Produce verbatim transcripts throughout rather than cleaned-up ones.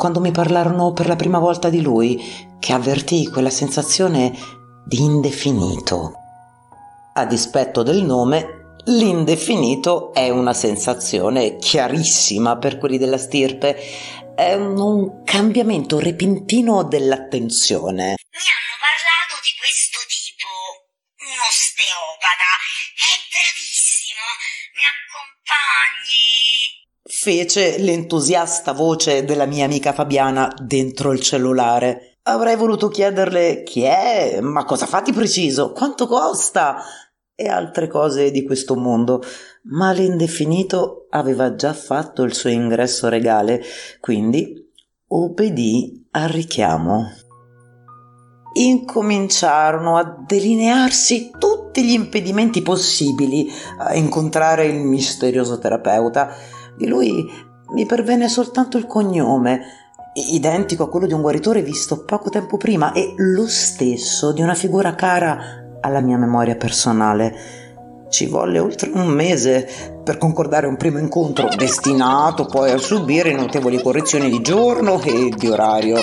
quando mi parlarono per la prima volta di lui, che avvertii quella sensazione di indefinito. A dispetto del nome, l'indefinito è una sensazione chiarissima per quelli della stirpe. È un, un cambiamento repentino dell'attenzione. Mi hanno parlato di questo tipo, un osteopata. È bravissimo, mi accompagni? Fece l'entusiasta voce della mia amica Fabiana dentro il cellulare. Avrei voluto chiederle chi è, ma cosa fa di preciso, quanto costa e altre cose di questo mondo, ma l'indefinito aveva già fatto il suo ingresso regale, quindi obbedì al richiamo. Incominciarono a delinearsi tutti gli impedimenti possibili a incontrare il misterioso terapeuta. Di lui mi pervenne soltanto il cognome, identico a quello di un guaritore visto poco tempo prima e lo stesso di una figura cara alla mia memoria personale. Ci volle oltre un mese per concordare un primo incontro, destinato poi a subire notevoli correzioni di giorno e di orario.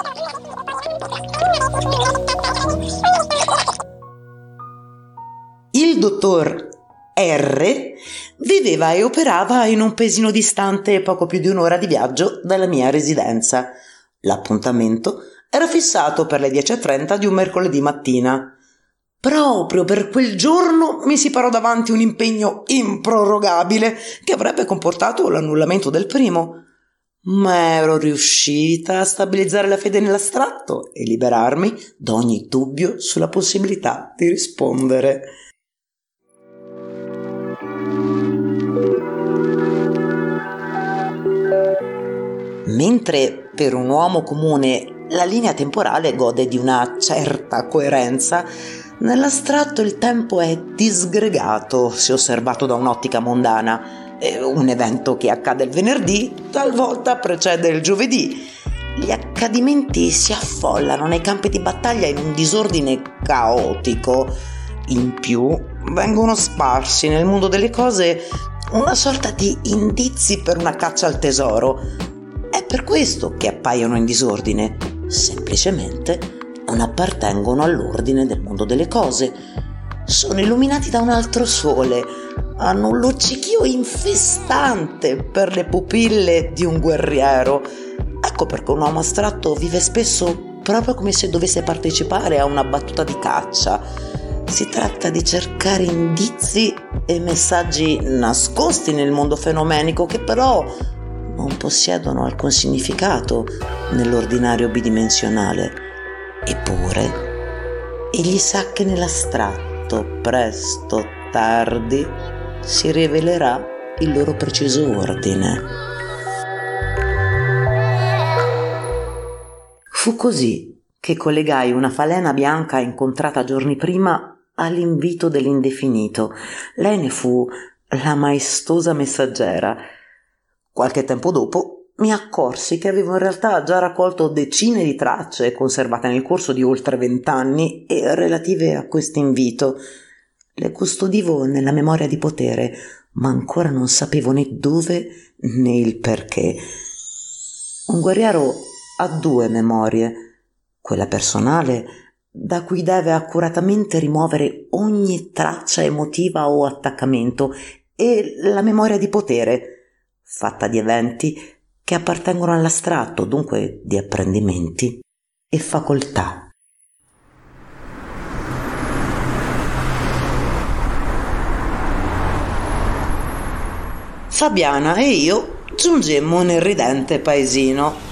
Il dottor R viveva e operava in un paesino distante poco più di un'ora di viaggio dalla mia residenza. L'appuntamento era fissato per le dieci e trenta di un mercoledì mattina. Proprio per quel giorno mi si parò davanti un impegno improrogabile che avrebbe comportato l'annullamento del primo, ma ero riuscita a stabilizzare la fede nell'astratto e liberarmi da ogni dubbio sulla possibilità di rispondere. Mentre per un uomo comune la linea temporale gode di una certa coerenza, nell'astratto il tempo è disgregato se osservato da un'ottica mondana. Un evento che accade il venerdì talvolta precede il giovedì. Gli accadimenti si affollano nei campi di battaglia in un disordine caotico. In più vengono sparsi nel mondo delle cose una sorta di indizi per una caccia al tesoro. È per questo che appaiono in disordine, semplicemente non appartengono all'ordine del mondo delle cose. Sono illuminati da un altro sole, hanno un luccichio infestante per le pupille di un guerriero. Ecco perché un uomo astratto vive spesso proprio come se dovesse partecipare a una battuta di caccia. Si tratta di cercare indizi e messaggi nascosti nel mondo fenomenico che però non possiedono alcun significato nell'ordinario bidimensionale. Eppure, egli sa che nell'astratto, presto o tardi, si rivelerà il loro preciso ordine. Fu così che collegai una falena bianca incontrata giorni prima all'invito dell'indefinito. Lei ne fu la maestosa messaggera. Qualche tempo dopo mi accorsi che avevo in realtà già raccolto decine di tracce conservate nel corso di oltre vent'anni e relative a questo invito. Le custodivo nella memoria di potere, ma ancora non sapevo né dove né il perché. Un guerriero ha due memorie: quella personale, da cui deve accuratamente rimuovere ogni traccia emotiva o attaccamento, e la memoria di potere, fatta di eventi che appartengono all'astratto, dunque di apprendimenti e facoltà. Fabiana e io giungemmo nel ridente paesino.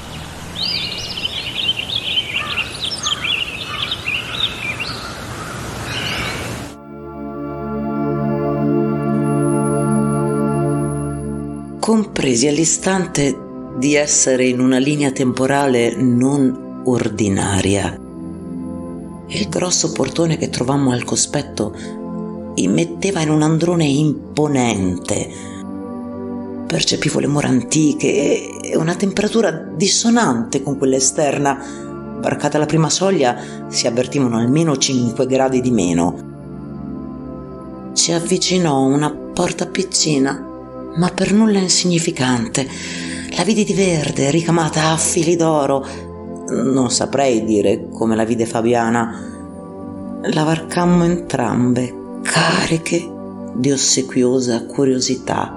Compresi all'istante di essere in una linea temporale non ordinaria. Il grosso portone che trovammo al cospetto immetteva in un androne imponente. Percepivo le mura antiche e una temperatura dissonante con quella esterna. Varcata la prima soglia si avvertivano almeno cinque gradi di meno. Ci avvicinò una porta piccina, ma per nulla insignificante. La vidi di verde, ricamata a fili d'oro. Non saprei dire come la vide Fabiana. La varcammo entrambe, cariche di ossequiosa curiosità.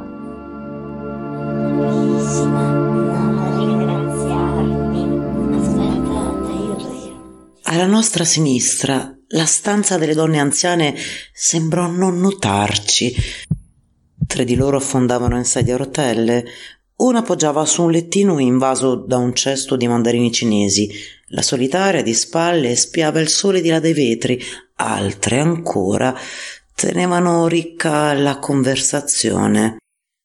Alla nostra sinistra, la stanza delle donne anziane sembrò non notarci. Tre di loro affondavano in sedie a rotelle. Una poggiava su un lettino invaso da un cesto di mandarini cinesi. La solitaria di spalle spiava il sole di là dai vetri. Altre ancora tenevano ricca la conversazione.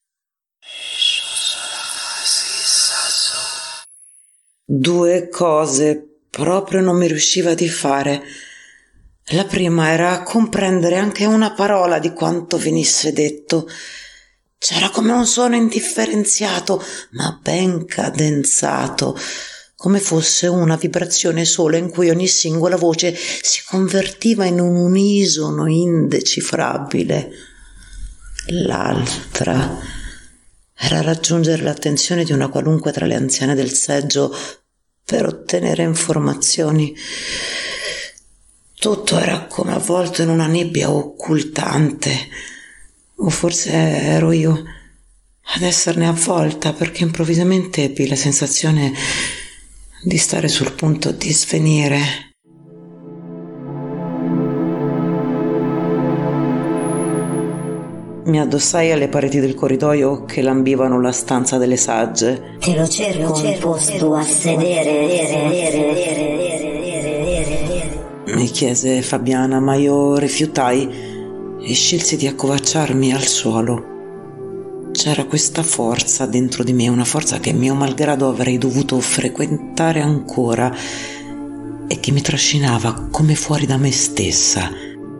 Due cose proprio non mi riusciva di fare. La prima era comprendere anche una parola di quanto venisse detto. C'era come un suono indifferenziato, ma ben cadenzato, come fosse una vibrazione sola in cui ogni singola voce si convertiva in un unisono indecifrabile. L'altra era raggiungere l'attenzione di una qualunque tra le anziane del seggio per ottenere informazioni. Tutto era come avvolto in una nebbia occultante. O forse ero io ad esserne avvolta, perché improvvisamente ebbi la sensazione di stare sul punto di svenire. Mi addossai alle pareti del corridoio che lambivano la stanza delle sagge. Te lo cerco un posto a sedere, mi chiese Fabiana, ma io rifiutai e scelsi di accovacciarmi al suolo. C'era questa forza dentro di me, una forza che mio malgrado avrei dovuto frequentare ancora e che mi trascinava come fuori da me stessa.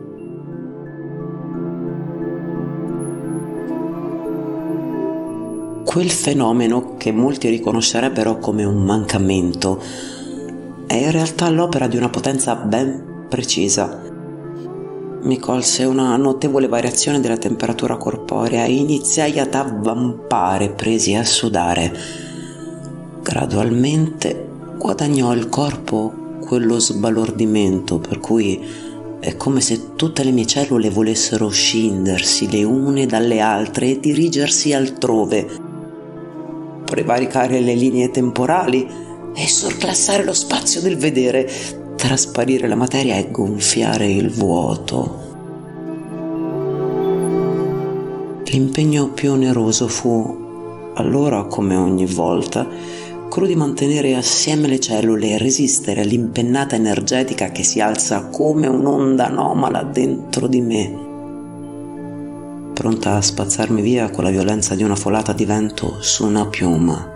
Quel fenomeno che molti riconoscerebbero come un mancamento è in realtà l'opera di una potenza ben precisa. Mi colse una notevole variazione della temperatura corporea e iniziai ad avvampare, presi a sudare. Gradualmente guadagnò il corpo quello sbalordimento per cui è come se tutte le mie cellule volessero scindersi le une dalle altre e dirigersi altrove, prevaricare le linee temporali e sorclassare lo spazio del vedere, trasparire la materia e gonfiare il vuoto. L'impegno più oneroso fu, allora come ogni volta, quello di mantenere assieme le cellule e resistere all'impennata energetica che si alza come un'onda anomala dentro di me, pronta a spazzarmi via con la violenza di una folata di vento su una piuma.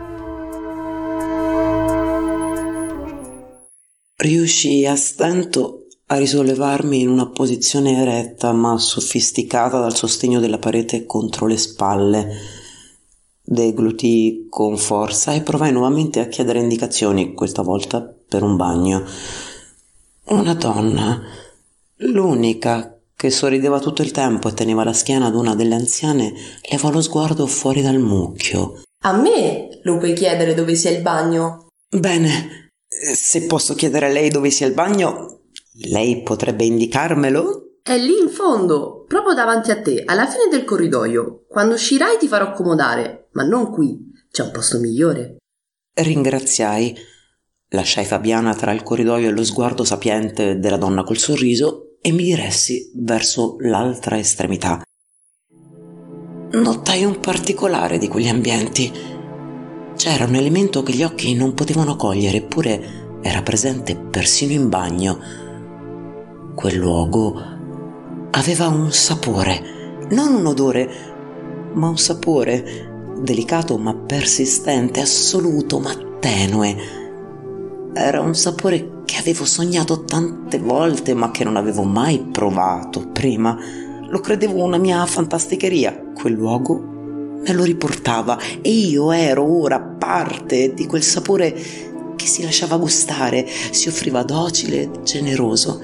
Riuscii a stento a risollevarmi in una posizione eretta ma sofisticata dal sostegno della parete contro le spalle. Deglutii con forza e provai nuovamente a chiedere indicazioni, questa volta per un bagno. Una donna, l'unica che sorrideva tutto il tempo e teneva la schiena ad una delle anziane, levò lo sguardo fuori dal mucchio. A me lo puoi chiedere dove sia il bagno? Bene, se posso chiedere a lei dove sia il bagno, lei potrebbe indicarmelo? È lì in fondo, proprio davanti a te, alla fine del corridoio. Quando uscirai ti farò accomodare, ma non qui, c'è un posto migliore. Ringraziai. Lasciai Fabiana tra il corridoio e lo sguardo sapiente della donna col sorriso e mi diressi verso l'altra estremità. Notai un particolare di quegli ambienti. C'era un elemento che gli occhi non potevano cogliere, eppure era presente persino in bagno. Quel luogo aveva un sapore, non un odore, ma un sapore delicato ma persistente, assoluto ma tenue. Era un sapore che avevo sognato tante volte ma che non avevo mai provato prima. Lo credevo una mia fantasticheria. Quel luogo me lo riportava e io ero ora parte di quel sapore che si lasciava gustare, si offriva docile e generoso.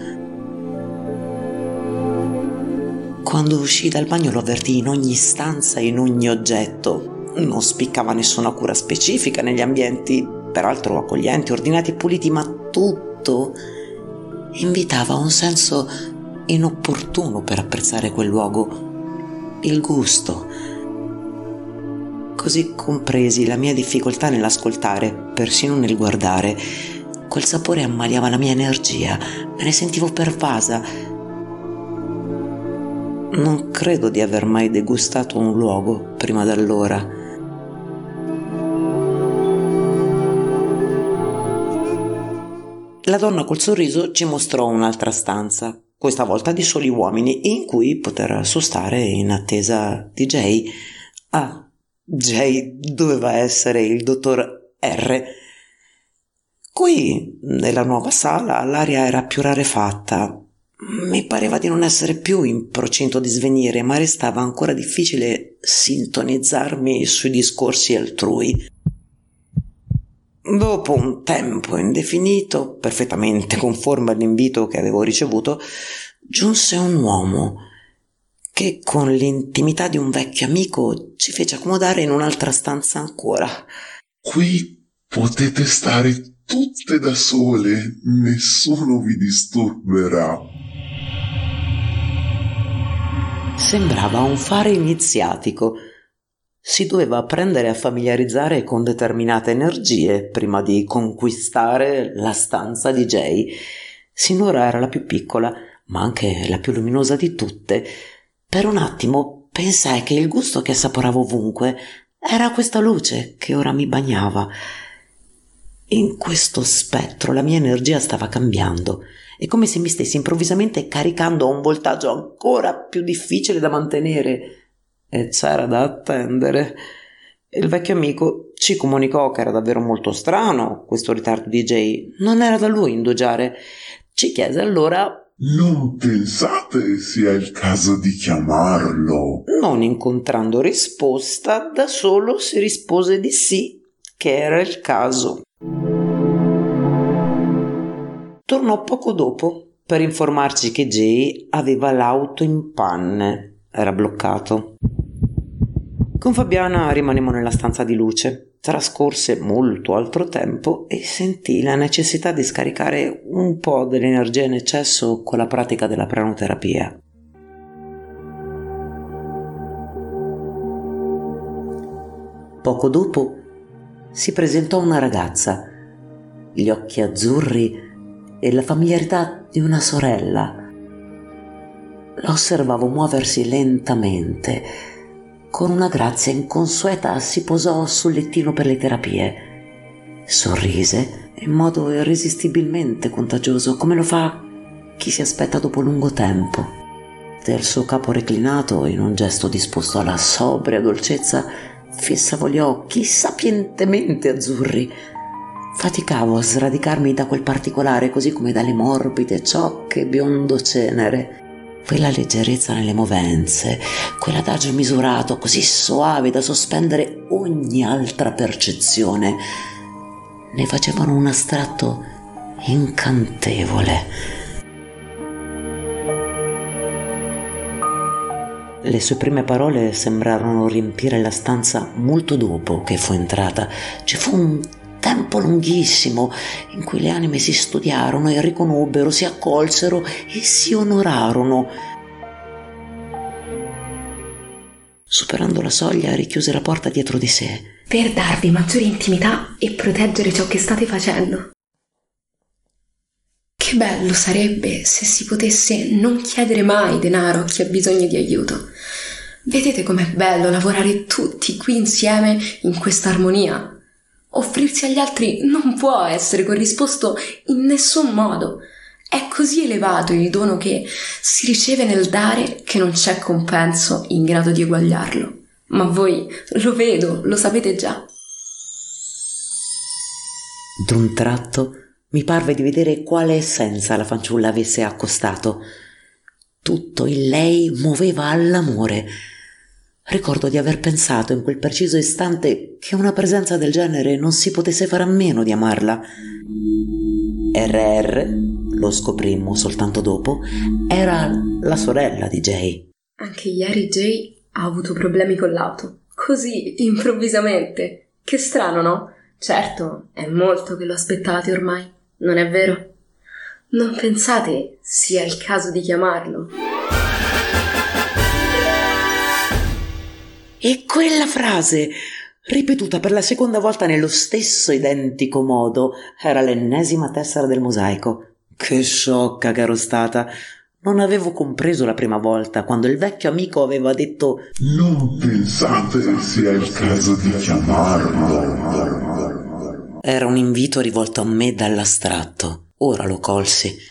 Quando uscii dal bagno lo avvertii in ogni stanza e in ogni oggetto. Non spiccava nessuna cura specifica negli ambienti, peraltro accoglienti, ordinati e puliti, ma tutto invitava a un senso inopportuno per apprezzare quel luogo: il gusto. Così compresi la mia difficoltà nell'ascoltare, persino nel guardare. Quel sapore ammaliava la mia energia, me ne sentivo pervasa. Non credo di aver mai degustato un luogo prima d'allora. La donna col sorriso ci mostrò un'altra stanza, questa volta di soli uomini, in cui poter sostare in attesa di Jay. Ah, Jay doveva essere il dottor R. Qui, nella nuova sala, l'aria era più rarefatta. Mi pareva di non essere più in procinto di svenire, ma restava ancora difficile sintonizzarmi sui discorsi altrui. Dopo un tempo indefinito, perfettamente conforme all'invito che avevo ricevuto, giunse un uomo che, con l'intimità di un vecchio amico, ci fece accomodare in un'altra stanza ancora. Qui potete stare tutte da sole, nessuno vi disturberà. Sembrava un fare iniziatico. Si doveva prendere a familiarizzare con determinate energie prima di conquistare la stanza di Jay. Sinora era la più piccola, ma anche la più luminosa di tutte. Per un attimo pensai che il gusto che assaporavo ovunque era questa luce che ora mi bagnava. In questo spettro la mia energia stava cambiando. È come se mi stessi improvvisamente caricando a un voltaggio ancora più difficile da mantenere. E c'era da attendere. Il vecchio amico ci comunicò che era davvero molto strano questo ritardo di Jay. Non era da lui indugiare. Ci chiese allora: non pensate sia il caso di chiamarlo? Non incontrando risposta, da solo si rispose di sì, che era il caso. Tornò poco dopo per informarci che Jay aveva l'auto in panne, era bloccato. Con Fabiana rimanemmo nella stanza di luce. Trascorse molto altro tempo e sentii la necessità di scaricare un po' dell'energia in eccesso con la pratica della pranoterapia. Poco dopo si presentò una ragazza, gli occhi azzurri e la familiarità di una sorella. La osservavo muoversi lentamente. Con una grazia inconsueta si posò sul lettino per le terapie. Sorrise in modo irresistibilmente contagioso, come lo fa chi si aspetta dopo lungo tempo. Del suo capo reclinato, in un gesto disposto alla sobria dolcezza, fissavo gli occhi sapientemente azzurri. Faticavo a sradicarmi da quel particolare, così come dalle morbide ciocche biondo cenere. Quella leggerezza nelle movenze, quell'adagio misurato, così soave da sospendere ogni altra percezione, ne facevano un astratto incantevole. Le sue prime parole sembrarono riempire la stanza molto dopo che fu entrata. Ci fu un tempo lunghissimo in cui le anime si studiarono e riconobbero, si accolsero e si onorarono. Superando la soglia, richiuse la porta dietro di sé. Per darvi maggiore intimità e proteggere ciò che state facendo. Che bello sarebbe se si potesse non chiedere mai denaro a chi ha bisogno di aiuto. Vedete com'è bello lavorare tutti qui insieme in questa armonia? Offrirsi agli altri non può essere corrisposto in nessun modo. È così elevato il dono che si riceve nel dare che non c'è compenso in grado di eguagliarlo. Ma voi lo vedo, lo sapete già. D'un tratto mi parve di vedere quale essenza la fanciulla avesse accostato. Tutto in lei muoveva all'amore. Ricordo di aver pensato in quel preciso istante che una presenza del genere non si potesse fare a meno di amarla. R R, lo scoprimmo soltanto dopo, era la sorella di Jay. Anche ieri Jay ha avuto problemi con l'auto, così, improvvisamente. Che strano, no? Certo, è molto che lo aspettate ormai, non è vero? Non pensate sia il caso di chiamarlo? E quella frase, ripetuta per la seconda volta nello stesso identico modo, era l'ennesima tessera del mosaico. Che sciocca che ero stata! Non avevo compreso la prima volta, quando il vecchio amico aveva detto Non pensate sia il caso di chiamarlo. Era un invito rivolto a me dall'astratto. Ora lo colsi.